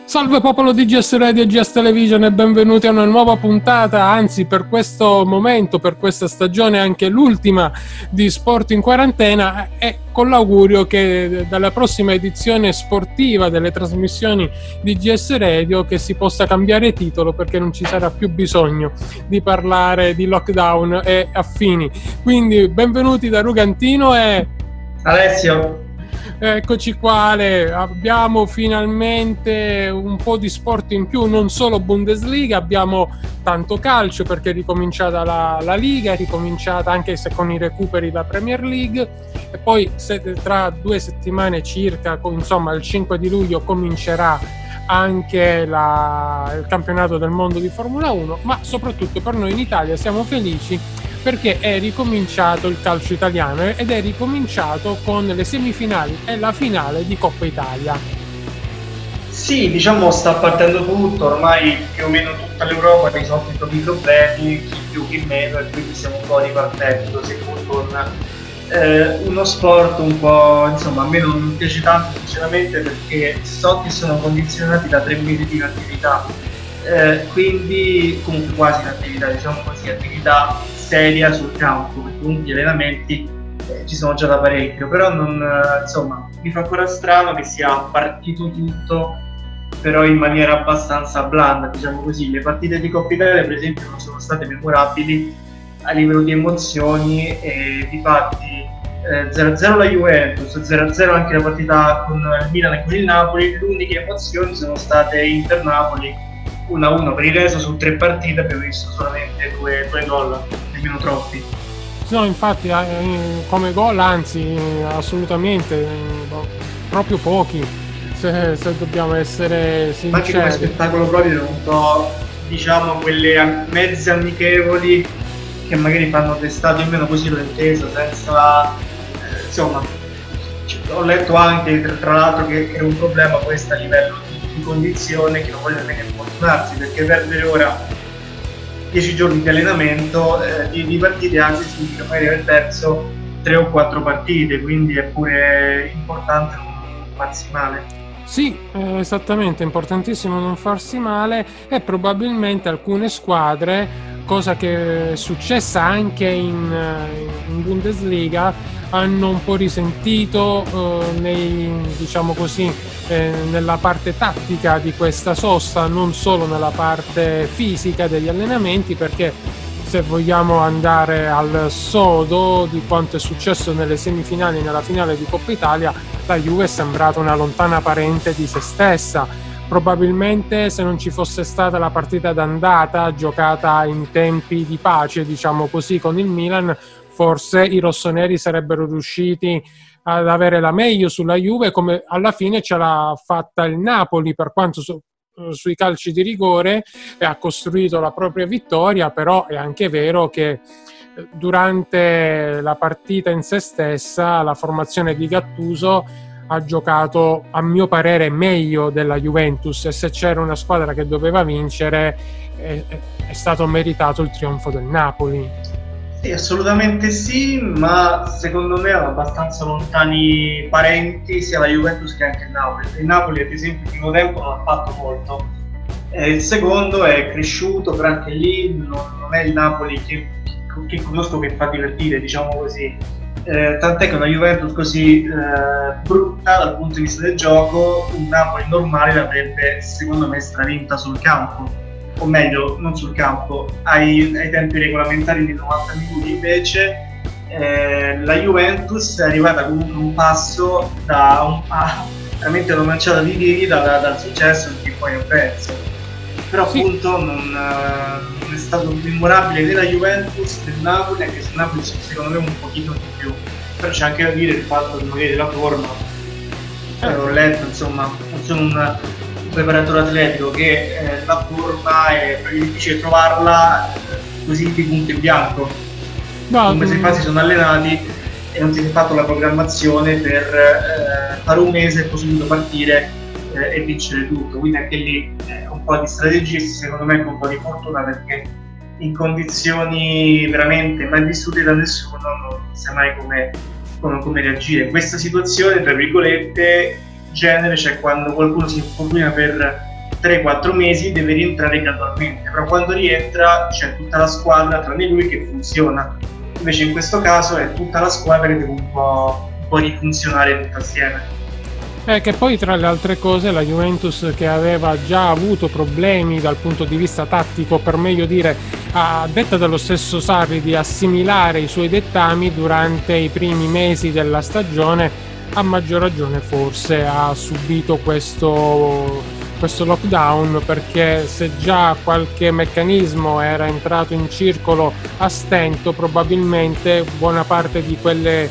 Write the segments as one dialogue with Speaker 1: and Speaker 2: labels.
Speaker 1: Salve popolo di GS Radio e GS Television e benvenuti a una nuova puntata, anzi per questo momento, per questa stagione anche l'ultima di Sport in Quarantena, e con l'augurio che dalla prossima edizione sportiva delle trasmissioni di GS Radio che si possa cambiare titolo, perché non ci sarà più bisogno di parlare di lockdown e affini. Quindi benvenuti da Rugantino e
Speaker 2: Alessio.
Speaker 1: Eccoci qua, abbiamo finalmente un po' di sport in più, non solo Bundesliga, abbiamo tanto calcio perché è ricominciata la Liga, è ricominciata anche se con i recuperi la Premier League, e poi tra 2 settimane circa, insomma il 5 di luglio comincerà anche il campionato del mondo di Formula 1, ma soprattutto per noi in Italia siamo felici perché è ricominciato il calcio italiano ed è ricominciato con le semifinali e la finale di Coppa Italia.
Speaker 2: Sì, diciamo sta partendo tutto, ormai più o meno tutta l'Europa ha risolto i propri problemi, chi più chi meno, e quindi stiamo un po' ripartendo, seppur con uno sport un po', insomma, a me non piace tanto sinceramente perché so che sono condizionati da 3 mesi di inattività, quindi comunque quasi inattività, diciamo così, attività seria sul campo, perché comunque gli allenamenti ci sono già da parecchio, però non, insomma, mi fa ancora strano che sia partito tutto però in maniera abbastanza blanda, diciamo così. Le partite di Coppa Italia per esempio non sono state memorabili a livello di emozioni, e difatti 0-0 la Juventus, 0-0 anche la partita con il Milan e con il Napoli. Le uniche emozioni sono state Inter-Napoli 1-1, per il resto su 3 partite abbiamo visto solamente 2 gol, nemmeno troppi.
Speaker 1: No, infatti come gol, anzi assolutamente proprio pochi, se dobbiamo essere sinceri.
Speaker 2: Anche come spettacolo proprio un po', diciamo, quelle mezze amichevoli che magari fanno testate in meno, così l'ho inteso, senza insomma, ho letto anche tra l'altro che è un problema questo a livello di condizione, che non voglio neanche infortunarsi, perché perdere ora 10 giorni di allenamento, di partite, anzi significa magari aver perso 3 o 4 partite, quindi è pure importante non farsi male.
Speaker 1: Sì, esattamente, importantissimo non farsi male, e probabilmente alcune squadre, cosa che è successa anche in Bundesliga, hanno un po' risentito diciamo così, nella parte tattica di questa sosta, non solo nella parte fisica degli allenamenti, perché se vogliamo andare al sodo di quanto è successo nelle semifinali e nella finale di Coppa Italia, la Juve è sembrata una lontana parente di se stessa. Probabilmente se non ci fosse stata la partita d'andata giocata in tempi di pace, diciamo così, con il Milan, forse i rossoneri sarebbero riusciti ad avere la meglio sulla Juve, come alla fine ce l'ha fatta il Napoli, per quanto sui calci di rigore, e ha costruito la propria vittoria. Però è anche vero che durante la partita in se stessa la formazione di Gattuso ha giocato, a mio parere, meglio della Juventus, e se c'era una squadra che doveva vincere è stato meritato il trionfo del Napoli.
Speaker 2: Sì, assolutamente sì, ma secondo me erano abbastanza lontani parenti sia la Juventus che anche il Napoli. Il Napoli, ad esempio, il primo tempo non ha fatto molto, il secondo è cresciuto, però anche lì non è il Napoli che conosco, che fa divertire, diciamo così. Tant'è che una Juventus così brutta dal punto di vista del gioco, un Napoli normale l'avrebbe, secondo me, stravinta sul campo. O meglio, non sul campo, ai tempi regolamentari di 90 minuti invece la Juventus è arrivata comunque un passo veramente una manciata di tiri dal successo che poi ha perso. Però sì, appunto non è stato memorabile né la Juventus né il Napoli, anche se il Napoli secondo me un pochino di più. Però c'è anche da dire il fatto che magari la forma, ho letto, insomma, non sono un preparatore atletico, che la forma è difficile trovarla così di punto in bianco, come se infatti sono allenati e non si è fatto la programmazione per fare un mese e poi subito partire e vincere tutto. Quindi anche lì un po' di strategisti, secondo me anche un po' di fortuna, perché in condizioni veramente mai vissute da nessuno non sa mai come reagire. In questa situazione, tra virgolette, genere, cioè quando qualcuno si infortuna per 3-4 mesi deve rientrare gradualmente, però quando rientra c'è tutta la squadra tranne lui che funziona. Invece in questo caso è tutta la squadra che deve un po' rifunzionare tutta assieme.
Speaker 1: Che poi tra le altre cose la Juventus, che aveva già avuto problemi dal punto di vista tattico, per meglio dire, a detta dello stesso Sarri, di assimilare i suoi dettami durante i primi mesi della stagione, a maggior ragione forse ha subito questo lockdown, perché se già qualche meccanismo era entrato in circolo a stento, probabilmente buona parte di quelle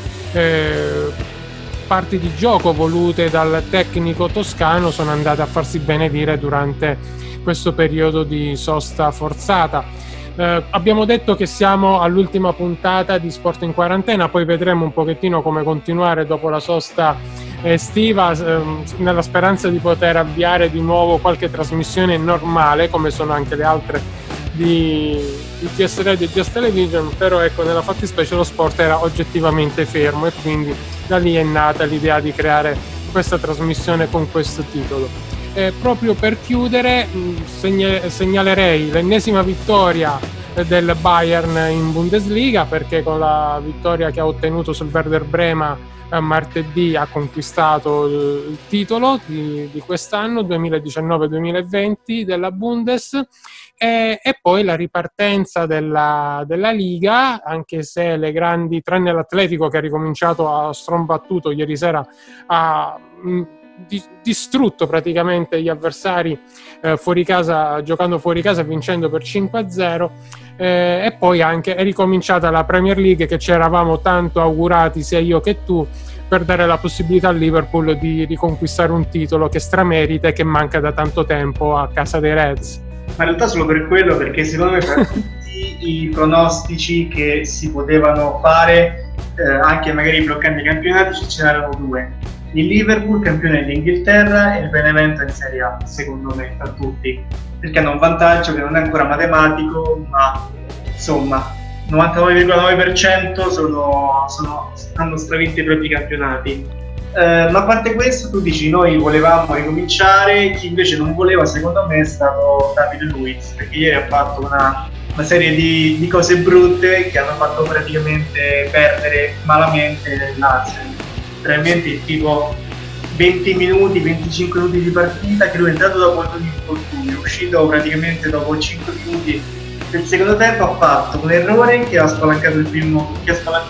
Speaker 1: parti di gioco volute dal tecnico toscano sono andate a farsi benedire durante questo periodo di sosta forzata. Abbiamo detto che siamo all'ultima puntata di Sport in Quarantena, poi vedremo un pochettino come continuare dopo la sosta estiva, nella speranza di poter avviare di nuovo qualche trasmissione normale, come sono anche le altre di GS Radio e GS Television, però ecco, nella fattispecie lo sport era oggettivamente fermo e quindi da lì è nata l'idea di creare questa trasmissione con questo titolo. Proprio per chiudere segnalerei l'ennesima vittoria del Bayern in Bundesliga, perché con la vittoria che ha ottenuto sul Werder Brema martedì ha conquistato il titolo di quest'anno 2019-2020 della Bundes. E poi la ripartenza della Liga, anche se le grandi, tranne l'Atletico che ha ricominciato a strombattuto ieri sera, ha distrutto praticamente gli avversari fuori casa, giocando fuori casa e vincendo per 5-0. E poi anche è ricominciata la Premier League, che ci eravamo tanto augurati sia io che tu, per dare la possibilità al Liverpool di riconquistare un titolo che stramerita e che manca da tanto tempo a casa dei Reds.
Speaker 2: Ma in realtà solo per quello, perché secondo me tra tutti i pronostici che si potevano fare, anche magari bloccando i campionati, ce n'erano due: il Liverpool campione d'Inghilterra e il Benevento in Serie A, secondo me, tra tutti, perché hanno un vantaggio che non è ancora matematico, ma insomma 99,9% hanno stravinto i propri campionati. Ma a parte questo, tu dici noi volevamo ricominciare, chi invece non voleva secondo me è stato David Luiz, perché ieri ha fatto una serie di cose brutte che hanno fatto praticamente perdere malamente l'Arsenal. Veramente tipo 20 minuti, 25 minuti di partita, che lui è entrato dopo un infortunio, è uscito praticamente dopo 5 minuti del secondo tempo, ha fatto un errore che ha spalancato che ha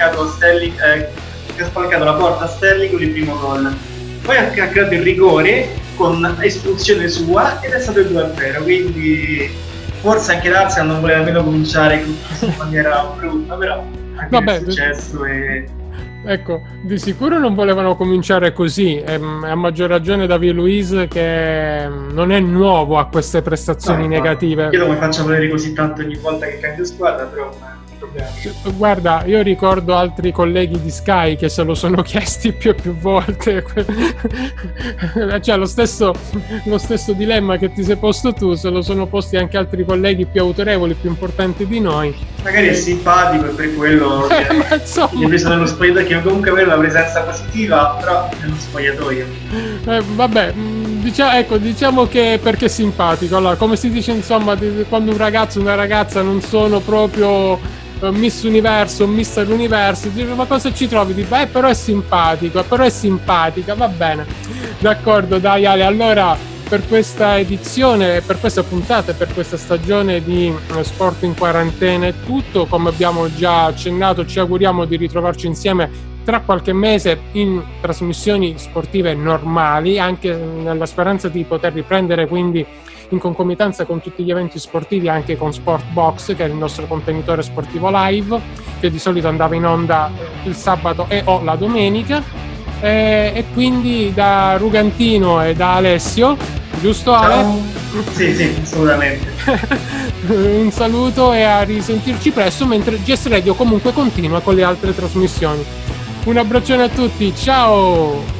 Speaker 2: spalancato la porta a Sterling con il primo gol. Poi ha creato il rigore con espulsione sua ed è stato il 2-0, quindi forse anche l'Arsenal non voleva nemmeno cominciare in maniera brutta, però anche è successo e...
Speaker 1: Ecco, di sicuro non volevano cominciare così, a maggior ragione David Luiz, che non è nuovo a queste prestazioni negative.
Speaker 2: Io non mi faccio volere così tanto ogni volta che cambio squadra, però...
Speaker 1: Guarda, io ricordo altri colleghi di Sky che se lo sono chiesti più volte, cioè lo stesso dilemma che ti sei posto tu, se lo sono posti anche altri colleghi più autorevoli, più importanti di noi.
Speaker 2: Magari è simpatico e per quello
Speaker 1: ma insomma...
Speaker 2: gli ho preso nello spogliatoio, che comunque aveva una presenza positiva, però nello spogliatoio.
Speaker 1: Vabbè, diciamo che perché è simpatico. Allora, come si dice, insomma, quando un ragazzo e una ragazza non sono proprio Miss Universo, Mister Universo, dice, ma cosa ci trovi? Dice, però è simpatico, però è simpatica, va bene. D'accordo, dai Ale, allora per questa edizione, per questa puntata e per questa stagione di Sport in Quarantena è tutto. Come abbiamo già accennato, ci auguriamo di ritrovarci insieme tra qualche mese in trasmissioni sportive normali, anche nella speranza di poter riprendere quindi in concomitanza con tutti gli eventi sportivi anche con Sportbox, che è il nostro contenitore sportivo live, che di solito andava in onda il sabato o la domenica, e quindi da Rugantino e da Alessio, giusto Ale?
Speaker 2: Ciao. Sì, assolutamente.
Speaker 1: Un saluto e a risentirci presto, mentre GS Radio comunque continua con le altre trasmissioni. Un abbraccione a tutti, ciao!